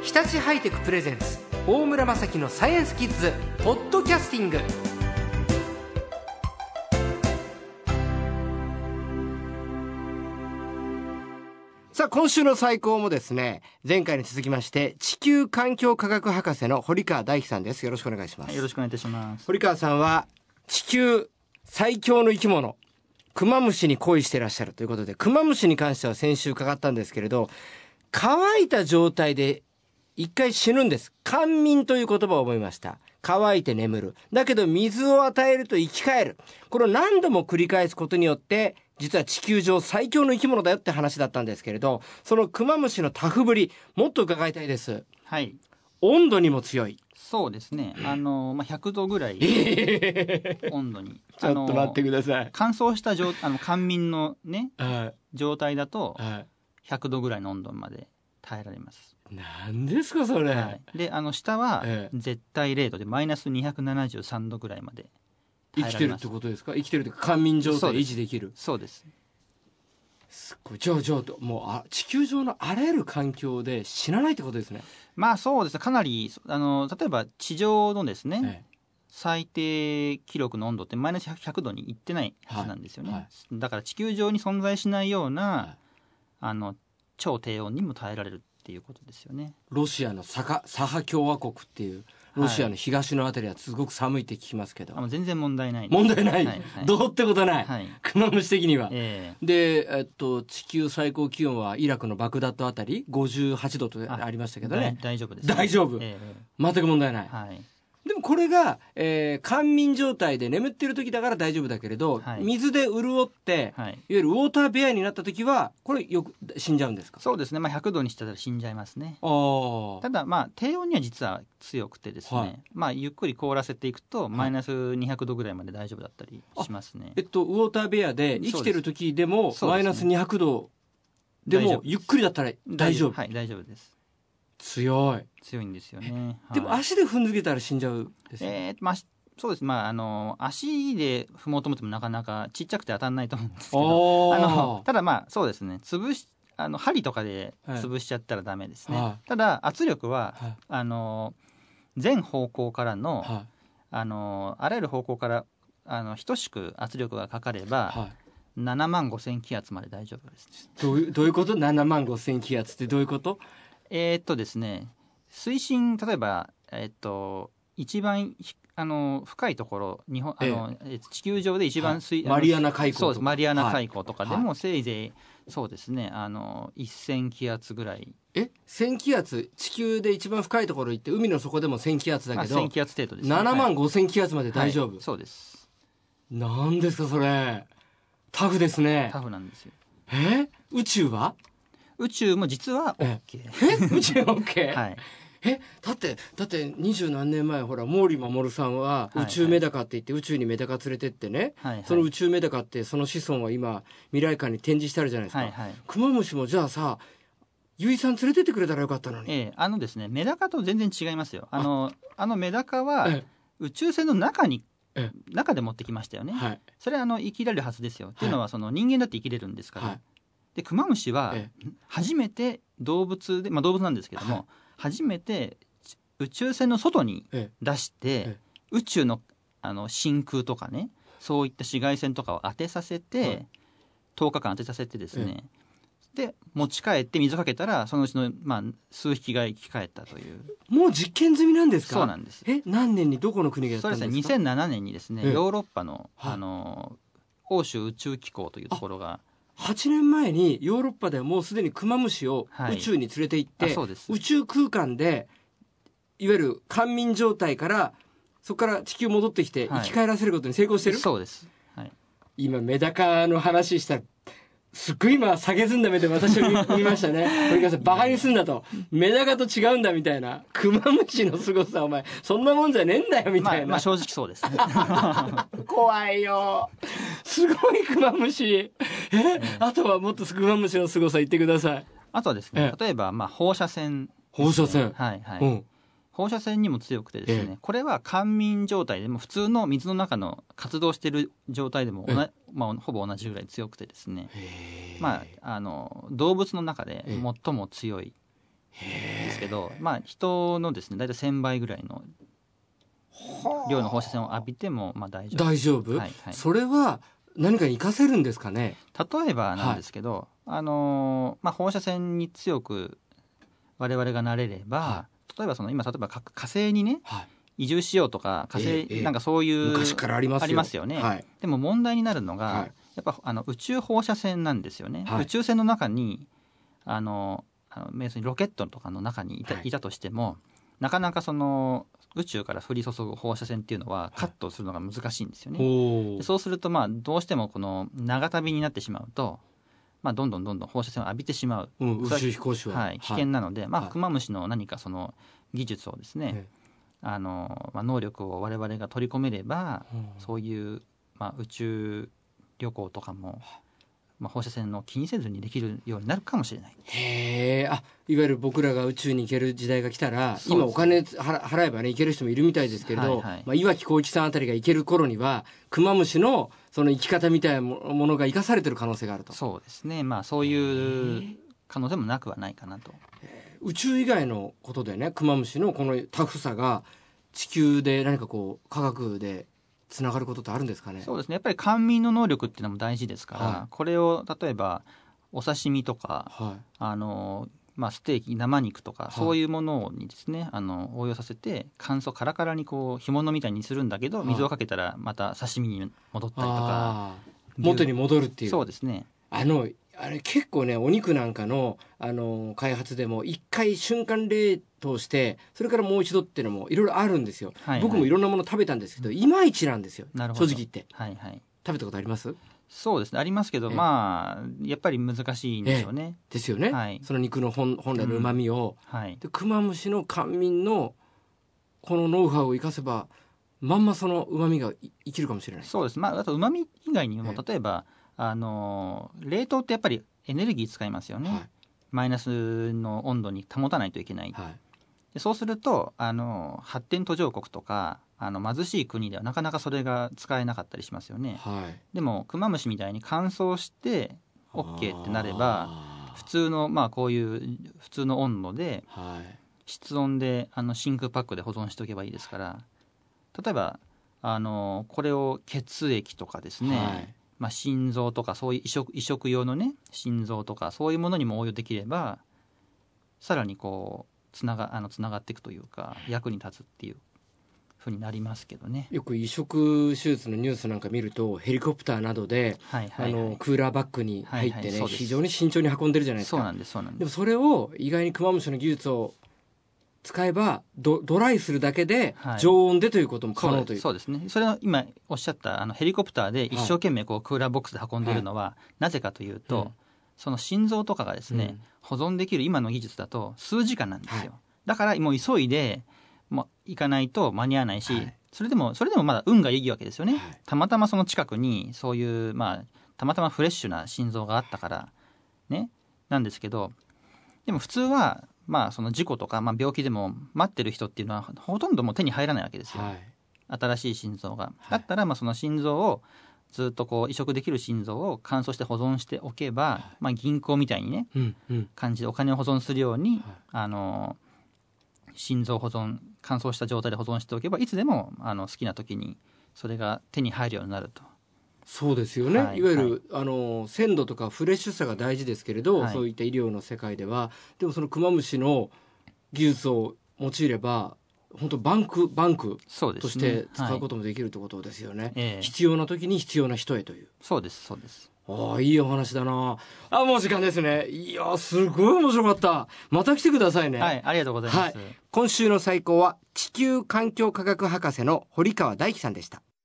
日立ハイテクプレゼンツ大村雅樹のサイエンスキッズポッドキャスティング。さあ、今週の最高もですね、前回に続きまして地球環境科学博士の堀川大樹さんです。よろしくお願いします。 よろしくお願いいたします。 堀川さんは地球最強の生き物クマムシに恋していらっしゃるということで、クマムシに関しては先週伺ったんですけれど、乾いた状態で一回死ぬんです。乾眠という言葉を覚えました。乾いて眠る。だけど水を与えると生き返る。これを何度も繰り返すことによって実は地球上最強の生き物だよって話だったんですけれど、そのクマムシのタフぶりもっと伺いたいです。 はい。 温度にも強い。 そうですね。100度ぐらい温度に。 ちょっと待ってください。 乾燥した乾眠のね、 はい、 状態だとはい、 100度ぐらいの温度まで耐えられます。 何ですかそれ。 はい、で下は絶対0度でマイナス273度ぐらいまで耐えられます。 生きてるってことですか。生きてるというか乾眠状態維持できる。 そうです。 すごい。じゃあもう地球上のあらゆる環境で死なないってことですね。 まあそうですね。かなり例えば地上のですね、最低記録の温度ってマイナス100度にいってないはずなんですよね。はいはい、だから地球上に存在しないような、超低温にも耐えられるっていうことですよね。 ロシアのサハ共和国っていうロシアの東のあたりはすごく寒いって聞きますけど、 全然問題ない。 問題ない、はいはい、どうってことない、 はい、 クマムシ的には、で、地球最高気温はイラクのバグダッドあたり58度とありましたけどね。 大丈夫です、 大丈夫、全く問題ない、 はい。 でもこれが、乾眠状態で眠ってる時だから大丈夫だけれど、はい、水で潤って、はい、いわゆるウォーターベアになった時はこれよく死んじゃうんですか。 そうですね、100度にしたら死んじゃいますね。ただ低温には実は強くてですね、はい、ゆっくり凍らせていくとマイナス200度ぐらいまで大丈夫だったりしますね。 ウォーターベアで生きてる時でもマイナス200度でもゆっくりだったら大丈夫。 はい、大丈夫です。 強いんですよね。 でも足で踏んづけたら死んじゃうですね。 そうです。足で踏もうと思ってもなかなかちっちゃくて当たんないと思うんですけど、ただそうですね、針とかで潰しちゃったらダメですね。はい、ただ圧力は、はい、全方向からの、はい、あらゆる方向から等しく圧力がかかれば、はい、7万5000気圧まで大丈夫です、ね。 どういうこと？ 7 万5000気圧ってどういうこと？ ですね、水深例えば一番深いところ地球上で一番はい、マリアナ海溝とか。 そうです。マリアナ海溝とかでもせいぜいそうですね、1000気圧ぐらい。 1000気圧、地球で一番深いところ行って海の底でも1000気圧だけど、 1000気圧程度ですね。 7万5000気圧まで大丈夫、はい、 そうです。 なんですかそれ。タフですね。 タフなんですよ。 宇宙は？ 宇宙も実は OK。 宇宙 OK？ はい。 だって20何年前ほら毛利衛さんは宇宙メダカって言って宇宙にメダカ連れてってね、はいはい、その宇宙メダカってその子孫は今未来館に展示してあるじゃないですか、はいはい、クマムシもじゃあさ結衣さん連れてってくれたらよかったのに。 ですね、メダカと全然違いますよ。メダカは宇宙船の中で持ってきましたよね、はい、それは生きられるはずですよ、っていうのはその人間だって生きれるんですから、はい、でクマムシは初めて動物で、動物なんですけども、はい、初めて宇宙船の外に出して、宇宙の真空とかね、そういった紫外線とかを当てさせて、10日間当てさせてですね、で持ち帰って水かけたらそのうちの、数匹が生き返ったという。 もう実験済みなんですか？ そうなんです。 何年にどこの国がやったんですか？ そうですね、2007年にですね、ヨーロッパの、欧州宇宙機構というところが、 8年前にヨーロッパではもうすでにクマムシを宇宙に連れて行って、宇宙空間でいわゆる乾眠状態からそこから地球戻ってきて生き返らせることに成功してる、 そうです、はい、 今メダカの話したらすっごい今下げずんだ目で私を見ましたね。これからバカにすんだと、メダカと違うんだみたいな、クマムシの凄さお前そんなもんじゃねえんだよみたいな、 正直そうですね。 怖いよ、すごいクマムシ。あとはもっとクマムシの凄さ言ってください。 あとはですね、例えば放射線、 放射線、 はいはい、放射線にも強くてですね、これは乾眠状態でも普通の水の中の活動している状態でもほぼ同じぐらい強くてですね、動物の中で最も強いですですけど、まあ、人のですね大体1000倍ぐらいの量の放射線を浴びてもまあ大丈夫。 大丈夫、 はいはい、 それは何かに活かせるんですかね。 例えばなんですけど、まあ、放射線に強く我々がなれれば、例えば今例えば火星にね、移住しようとか火星、なんかそういう昔からありますよね、でも問題になるのが、やっぱ宇宙放射線なんですよね、宇宙船の中に要するにロケットとかの中にいたとしても、なかなか宇宙から降り注ぐ放射線っていうのはカットするのが難しいんですよね。でそうするとどうしても長旅になってしまうと、どんどん放射線を浴びてしまう、 宇宙飛行士は、 危険なので、クマムシの何か技術をですね、能力を我々が取り込めれば、そういう、宇宙旅行とかも、放射線の気にせずにできるようになるかもしれない。 へえ、いわゆる僕らが宇宙に行ける時代が来たら、今お金払えばね行ける人もいるみたいですけれど、岩城滉一さんあたりが行ける頃にはクマムシのその生き方みたいなものが生かされてる可能性があると。 そうですね、そういう可能性もなくはないかなと。 宇宙以外のことでね、クマムシのこのタフさが地球で何か科学でつながることってあるんですかね。 そうですね、やっぱり官民の能力っていうのも大事ですから、これを例えばお刺身とか、ステーキ生肉とか、そういうものにですね応用させて乾燥カラカラに干物みたいにするんだけど、水をかけたらまた刺身に戻ったりとか、 元に戻るっていう。 そうですね。 あれ結構ね、お肉なんかの、開発でも一回瞬間冷凍してそれからもう一度っていうのもいろいろあるんですよ、僕もいろんなもの食べたんですけど、いまいちなんですよ、正直言って。食べたことあります？ そうですね、ありますけど、やっぱり難しいんでしょうね。 ですよね、その肉の本来の旨味を、でクマムシの官民のこのノウハウを生かせばまんまその旨味が生きるかもしれない。 そうです、あと旨味以外にも、例えば冷凍ってやっぱりエネルギー使いますよね、マイナスの温度に保たないといけない、でそうすると発展途上国とか貧しい国ではなかなかそれが使えなかったりしますよね、でもクマムシみたいに乾燥して OK ってなれば、普通のこういう普通の温度で、室温で真空パックで保存しておけばいいですから、例えばこれを血液とかですね、心臓とかそういう移植用のね心臓とかそういうものにも応用できれば、さらにつながっていくというか役に立つっていうふうになりますけどね。 よく移植手術のニュースなんか見ると、ヘリコプターなどで、クーラーバッグに入ってね、非常に慎重に運んでるじゃないですか。 そうなんです。 でもそれを意外にクマムシの技術を使えばドライするだけで常温でということも可能という、 そうですね。それは今おっしゃったヘリコプターで一生懸命クーラーボックスで運んでいるのは、なぜかというと、その心臓とかがですね、保存できる今の技術だと数時間なんですよ、だからもう急いで行かないと間に合わないし、それでもまだ運がいいわけですよね、たまたまその近くにそういうたまたまフレッシュな心臓があったからね、なんですけど、でも普通はその事故とか、病気でも待ってる人っていうのはほとんどもう手に入らないわけですよ、新しい心臓が。だったらその心臓をずっと移植できる心臓を乾燥して保存しておけば、銀行みたいにね、感じでお金を保存するように心臓保存乾燥した状態で保存しておけば、いつでも好きな時にそれが手に入るようになると。 そうですよね、いわゆる、鮮度とかフレッシュさが大事ですけれど、そういった医療の世界では。でもそのクマムシの技術を用いれば本当バンクとして使うこともできるということですよね、必要な時に必要な人へという。 そうです。 いいお話だな。もう時間ですね。いやすごい面白かった。また来てくださいね。 ありがとうございます、 今週の最高は地球環境科学博士の堀川大樹さんでした。